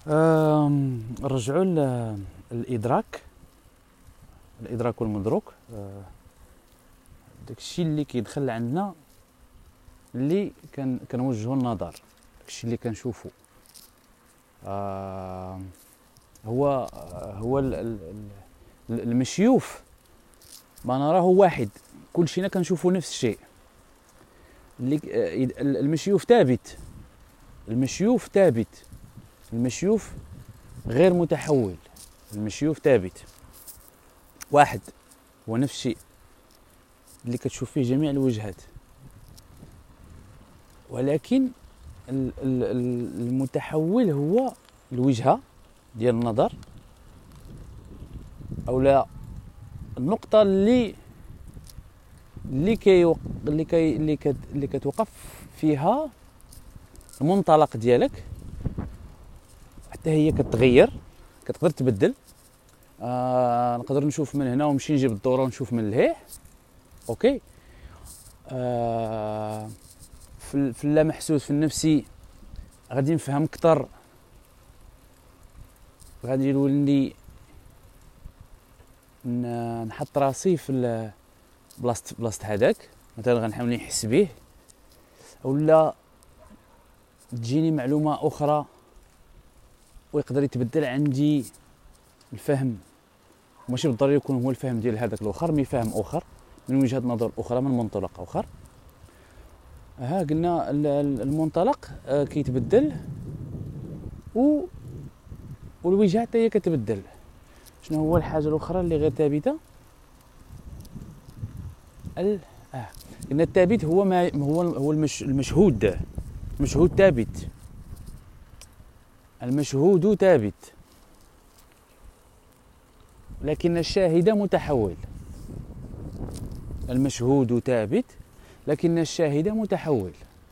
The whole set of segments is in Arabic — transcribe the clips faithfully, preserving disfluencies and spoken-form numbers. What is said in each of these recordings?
آم، نرجعوا للإدراك. الإدراك والمدروك، آه، داكشي اللي كيدخل عندنا، اللي كان كنوجهوا النظر، داكشي اللي كنشوفو. آه، هو هو ال- ال- ال- المشيوف ما نراه واحد، كلشينا كنشوفوا نفس الشيء. اللي آه، المشيوف ثابت، المشيوف ثابت، المشيوف غير متحول، المشيوف ثابت واحد، هو نفس الشيء اللي كتشوف فيه جميع الوجهات. ولكن ال- ال- ال- المتحول هو الوجهة ديال النظر، او لا النقطة اللي اللي كي اللي كي اللي, كت اللي كتوقف فيها المنطلق ديالك، حتى هي كتغير، كتقدر تبدل. آه نقدر نشوف من هنا ونمشي نجيب الدورة ونشوف من لهيه، اوكي. آه في, في اللامحسوس، في النفسي، غادي نفهم اكثر، غادي نولي نحط راسي في بلاصه بلاصه هذاك، مثلا غنحاول نحس به، اولا تجيني معلومه اخرى ويقدر يتبدل عندي الفهم، ماشي بالضروري يكون هو الفهم ديال هذاك الاخر، مي فهم اخر من وجهه نظر اخرى، من منطلق اخر. ها قلنا المنطلق كيتبدل و والوجهه حتى هي كتبدل. شنو هو الحاجه الاخرى اللي غير ثابته؟ ال اه قلنا الثابت هو ما هو هو المش المشهود، المشهود ثابت، المشهود ثابت، لكن الشاهد متحول. المشهود ثابت لكن الشاهد متحول.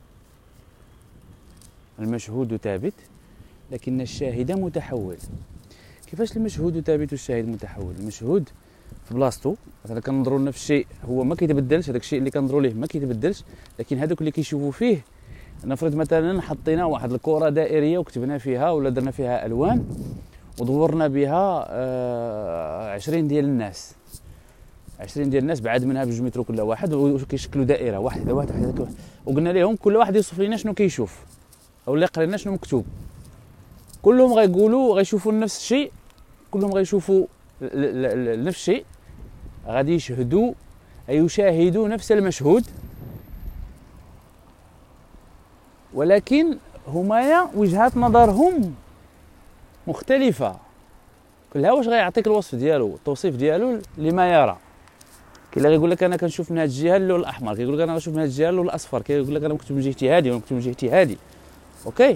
المشهود ثابت لكن الشاهد متحول. كيفاش المشهود ثابت والشاهد متحول؟ المشهود في بلاصتو، مثلا كنظروا لنفس الشيء، هو ما كيتبدلش، هذاك الشيء اللي كنظروا ليه ما كيتبدلش، لكن هذوك اللي كيشوفوا فيه، نفرض مثلا حطينا واحد الكره دائريه وكتبنا فيها ولا درنا فيها الوان ودورنا بها آه عشرين ديال الناس، عشرين ديال الناس بعد منها بجوج متر كل واحد، وكيشكلوا دائره واحده واحده واحده، وقلنا لهم كل واحد يوصف لنا شنو كيشوف او اللي يقرا لنا شنو مكتوب. كلهم غيقولوا غيشوفوا نفس الشيء، كلهم غيشوفوا نفس الشيء، غادي يشهدوا أي يشاهدوا نفس المشهود، ولكن هما وجهات نظرهم مختلفة. كلها واش غيعطيك الوصف ديالو، التوصيف ديالو لما يرى. كاين اللي غيقول لك انا كنشوف من هذه الجهه اللون الاحمر، كيقول لك انا غنشوف من هذه الجهه اللون الاصفر، كيقول لك انا كنت من جهتي هذه وانا كنت من جهتي هذه، اوكي.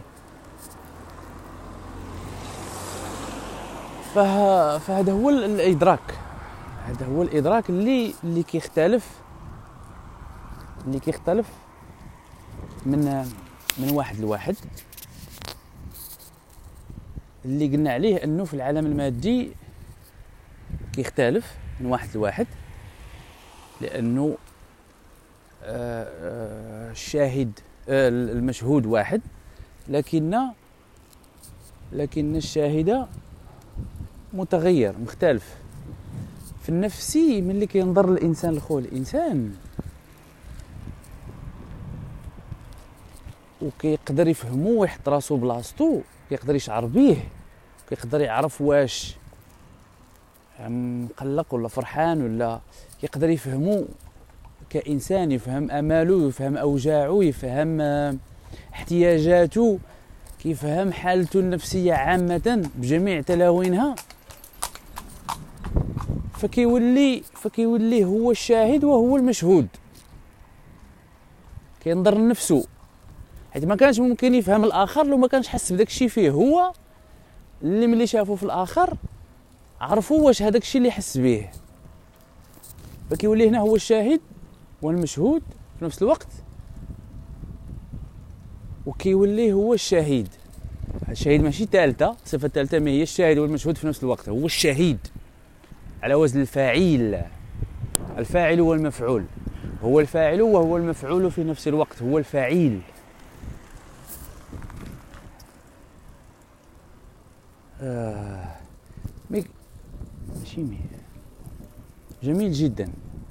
فه... فهذا هو الادراك، هذا هو الادراك اللي اللي كيختلف، اللي كيختلف من من واحد لواحد. اللي قلنا عليه انه في العالم المادي كيختلف من واحد لواحد، لانه الشاهد المشهود واحد، لكن لكن الشاهد متغير مختلف. في النفسي ملي كينظر الانسان لخوه الانسان وكيقدر يفهمو ويحط راسو بلاصتو، كيقدر يشعر بيه، كيقدر يعرف واش مقلق ولا فرحان، ولا كيقدر يفهمو كإنسان، يفهم اماله، يفهم اوجاعه، يفهم احتياجاته، كيفهم حالته النفسيه عامه بجميع تلاوينها. فكيولي فكيولي هو الشاهد وهو المشهود، كينظر لنفسه، حيت ما كانش ممكن يفهم الاخر لو ما كانش حس بداك الشيء فيه هو، اللي ملي شافوا في الاخر عرفوا واش هذاك الشيء اللي حس به. فكيولي هنا هو الشاهد والمشهود في نفس الوقت، وكيولي هو الشهيد. الشهيد ماشي ثالثه، صفه ثالثه ما هي الشاهد والمشهود في نفس الوقت، هو الشهيد على وزن الفاعل. الفاعل هو المفعول، هو الفاعل وهو المفعول في نفس الوقت، هو الفاعل. آه مي ماشي مي جميل جدا.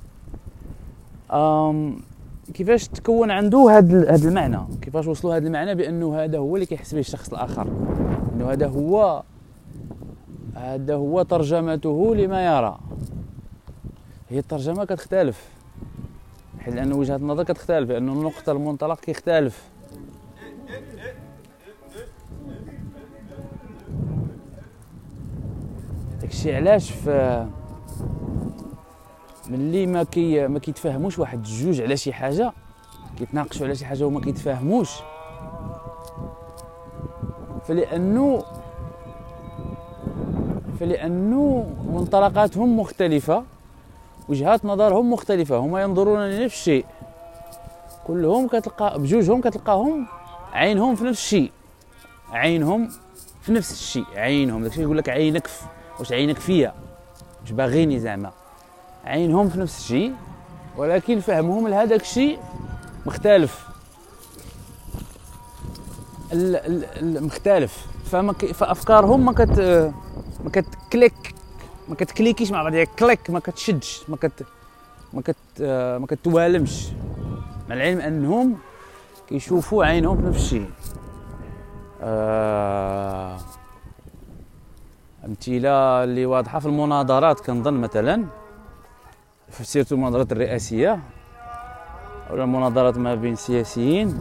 آم كيفاش تكون عنده هذا هذا المعنى، كيفاش وصلوا هذا المعنى بانه هذا هو اللي كيحس به الشخص الاخر، انه هذا هو هذا هو ترجمته لما يرى. هي الترجمه كتختلف حيت لان وجهه النظر كتختلف، لانه النقطه المنطلق كيختلف. داكشي علاش في ملي ما كي ما كيتفاهموش واحد الجوج على شي حاجه، كيتناقشوا على شي حاجه وما كيتفاهموش، فلانه فلانه منطلقاتهم مختلفه، وجهات نظرهم مختلفه، هما ينظرون لنفس الشيء، كلهم كتلقى بجوجهم كتلقاهم عينهم في نفس الشيء، عينهم في نفس الشيء، عينهم داكشي يقول لك عينك في واش عينك فيا، واش باغيني زعما، عينهم في نفس الشيء ولكن فهمهم لهذاك الشيء مختلف، المختلف، فما فافكارهم ما كت ما كتكليك ما كتكليكيش مع بعضها، كليك ما كتشدش، ما كت ما كت ما كتوالمش، مع العلم انهم كيشوفوا عينهم في نفس الشيء. آه امثله اللي واضحه في المناظرات كنظن مثلا في سيرتو المناظرات الرئاسيه او المناظرات ما بين سياسيين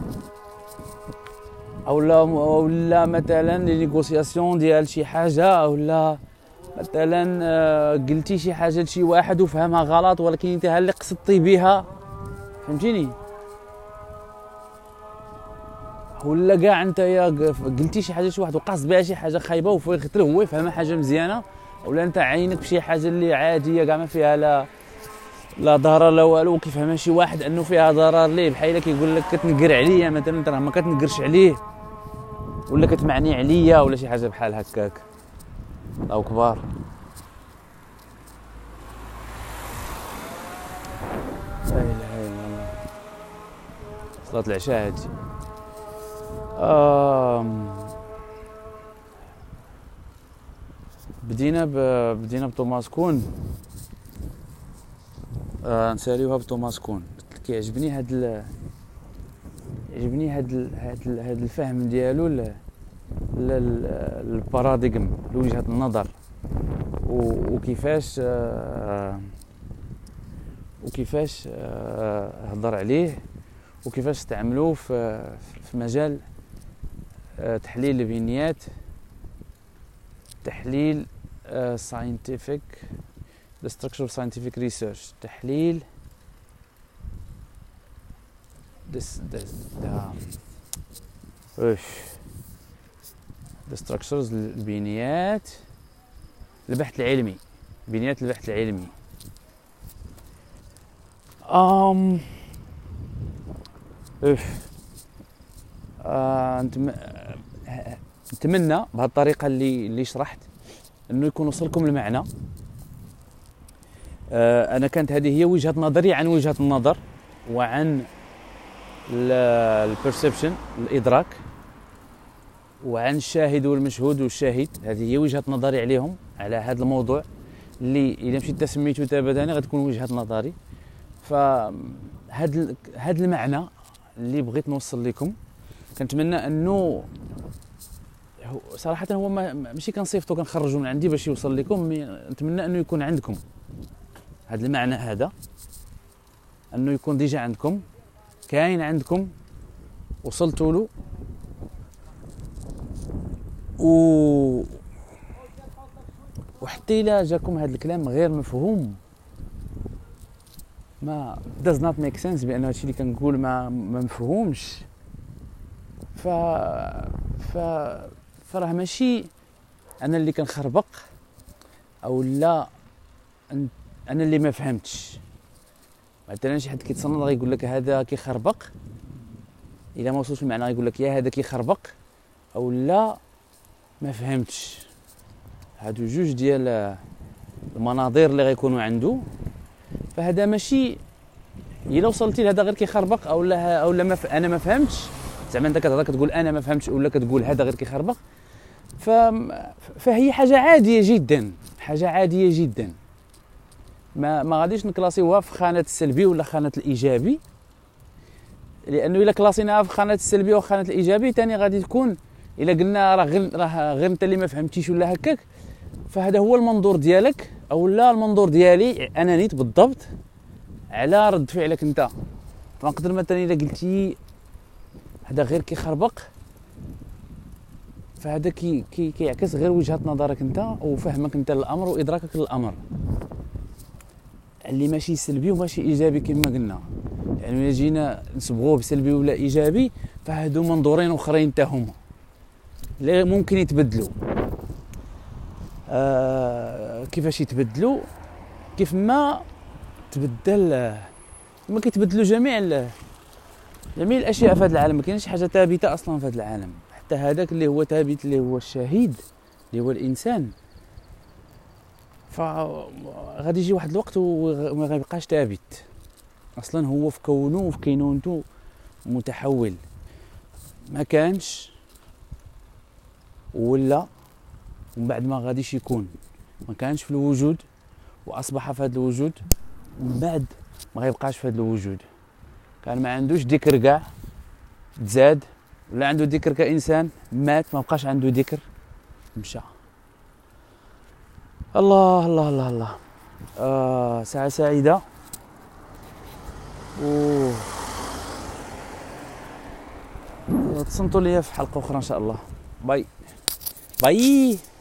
او لا ولا مثلا لي نيغوسياسيون ديال شي حاجه، ولا مثلا قلتي شي حاجه لشي واحد وفهمها غلط ولكن انت اللي قصدتي بها، فهمتيني، ولا كاع انت يا قلتي شي حاجه لشي واحد وقصد بها شي حاجه خايبه وفي خاطر هو يفهمها حاجه مزيانه، ولا انت عينك بشي حاجه اللي عاديه كاع ما فيها لا لا ضرر لا والو، كيفهمها شي واحد انه فيها ضرر ليه، بحال كيقول لك كتنقر عليا مثلا، انت راه ما كتنقرش عليه، ولا كتمعني عليا ولا شي حاجه بحال هكاك. الله كبار. لا اله الا الله. صلاة العشاء هادي. آم بدينا ب... بدينا بتوماس كون. آه نساليوها بتوماس كون. كيعجبني هاد ال... يعجبني هاد ال... هاد ال... هاد الفهم ديالو ل... للباراديغم، لوجهة النظر، و... وكيفاش آه... وكيفاش آه... هضر عليه، وكيفاش استعملوه في في مجال آه... تحليل البنيات، تحليل آه... scientific the structure of scientific research، تحليل this this the ايش the structures البنيات البحث العلمي، بنيات البحث العلمي. ام ايش آه نتم... نتمنى بهذه الطريقه اللي اللي شرحت انه يكون وصلكم المعنى. آه انا كانت هذه هي وجهه نظري عن وجهه النظر وعن البرسبشن الادراك، وعن الشاهد والمشهود والشاهد، هذه هي وجهه نظري عليهم على هذا الموضوع اللي اذا مشيت تسميته تابعا غتكون وجهه نظري. فهذا هذا المعنى اللي بغيت نوصل لكم، كنتمنى انه صراحه هو ماشي كنصيفطو كنخرجوا من عندي باش يوصل لكم، نتمنى انه يكون عندكم هذا المعنى، هذا انه يكون ديجا عندكم، كاين عندكم، وصلتوا له، و وحتى الا جاكم هذا الكلام غير مفهوم، ما does not make sense بان هادشي اللي كنقول ما ما مفهومش، ف ف فراه ماشي انا اللي كنخربق او لا انا اللي ما فهمتش. مثلا شي حد كيتصنت غيقول لك هذا كيخربق، الا ما وصلش المعنى غيقول لك يا هذا كيخربق او لا ما فهمتش. هادو جوج ديال المناظير اللي غيكونوا عنده، فهذا ماشي الا وصلتي لهذا غير كيخربق او لا او لا ما ف... انا ما فهمتش، زعما انت كتهضر كتقول انا ما فهمتش ولا كتقول هذا غير كيخربق، ف... فهي حاجه عاديه جدا، حاجه عاديه جدا. ما ما غاديش نكلاسيوها في خانه السلبي ولا خانه الايجابي، لانه الا كلاسيناها في خانه السلبي وخانه الايجابي ثاني غادي تكون الا قلنا راه غير راه غير انت اللي ما فهمتيش ولا هكاك، فهذا هو المنظور ديالك او لا المنظور ديالي انا نيت بالضبط على رد فعلك انت. فنقدر مثلا الا قلتي هذا غير كيخربق، فهذا كي كي كيعكس غير وجهة نظرك انت وفهمك انت للامر وادراكك للامر، اللي ماشي سلبي وماشي ايجابي كما قلنا. يعني الا جينا نصبغوه بسلبي ولا ايجابي فهادو منظورين اخرين حتى هما اللي ممكن يتبدلوا. آه كيفاش يتبدلوا؟ كيف ما تبدل ما كيتبدلوا جميع جميع الاشياء في هذا العالم. ما كاينش حاجه ثابته اصلا في هذا العالم، حتى هذاك اللي هو ثابت اللي هو الشهيد اللي هو الانسان، فغادي يجي واحد الوقت وما غيبقاش ثابت اصلا. هو في كونه وفي كينونته متحول، ما كانش ولا ومن بعد ما غاديش يكون، ما كانش في الوجود واصبح في هذا الوجود، ومن بعد ما غيبقاش في هذا الوجود. كان ما عندوش ذكر كاع تزاد، ولا عنده ذكر كإنسان مات ما بقاش عنده ذكر مشى. الله الله الله الله. آه ساعة سعيدة و تصنتوا ليا في حلقة أخرى إن شاء الله. باي باي.